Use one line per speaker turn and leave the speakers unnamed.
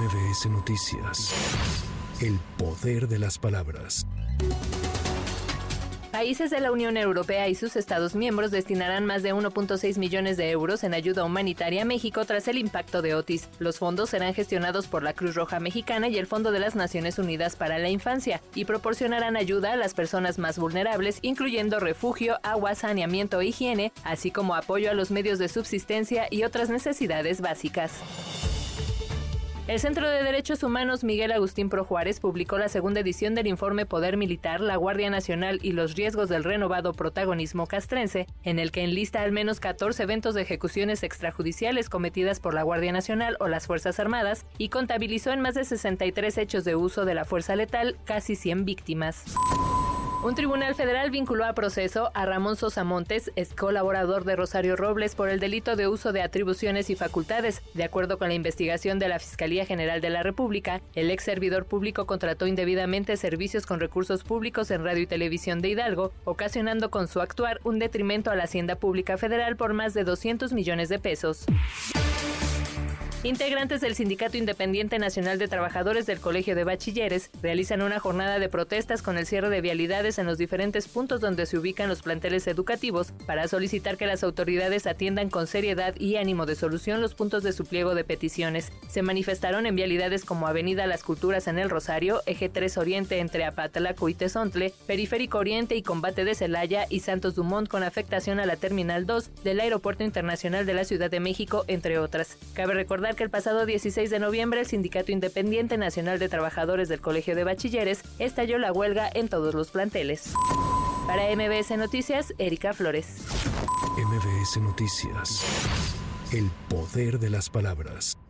MBS Noticias. El poder de las palabras.
Países de la Unión Europea y sus Estados miembros destinarán más de 1.6 millones de euros en ayuda humanitaria a México tras el impacto de Otis. Los fondos serán gestionados por la Cruz Roja Mexicana y el Fondo de las Naciones Unidas para la Infancia y proporcionarán ayuda a las personas más vulnerables, incluyendo refugio, agua, saneamiento e higiene, así como apoyo a los medios de subsistencia y otras necesidades básicas. El Centro de Derechos Humanos Miguel Agustín Pro Juárez publicó la segunda edición del informe Poder Militar, la Guardia Nacional y los riesgos del renovado protagonismo castrense, en el que enlista al menos 14 eventos de ejecuciones extrajudiciales cometidas por la Guardia Nacional o las Fuerzas Armadas y contabilizó en más de 63 hechos de uso de la fuerza letal, casi 100 víctimas. Un tribunal federal vinculó a proceso a Ramón Sosa Montes, ex colaborador de Rosario Robles, por el delito de uso de atribuciones y facultades. De acuerdo con la investigación de la Fiscalía General de la República, el ex servidor público contrató indebidamente servicios con recursos públicos en Radio y Televisión de Hidalgo, ocasionando con su actuar un detrimento a la Hacienda Pública Federal por más de 200 millones de pesos. Integrantes del Sindicato Independiente Nacional de Trabajadores del Colegio de Bachilleres realizan una jornada de protestas con el cierre de vialidades en los diferentes puntos donde se ubican los planteles educativos para solicitar que las autoridades atiendan con seriedad y ánimo de solución los puntos de su pliego de peticiones. Se manifestaron en vialidades como Avenida Las Culturas en El Rosario, Eje 3 Oriente entre Apatlaco y Tezontle, Periférico Oriente y Combate de Celaya y Santos Dumont con afectación a la Terminal 2 del Aeropuerto Internacional de la Ciudad de México, entre otras. Cabe recordar que el pasado 16 de noviembre el Sindicato Independiente Nacional de Trabajadores del Colegio de Bachilleres estalló la huelga en todos los planteles. Para MBS Noticias, Erika Flores.
MBS Noticias. El poder de las palabras.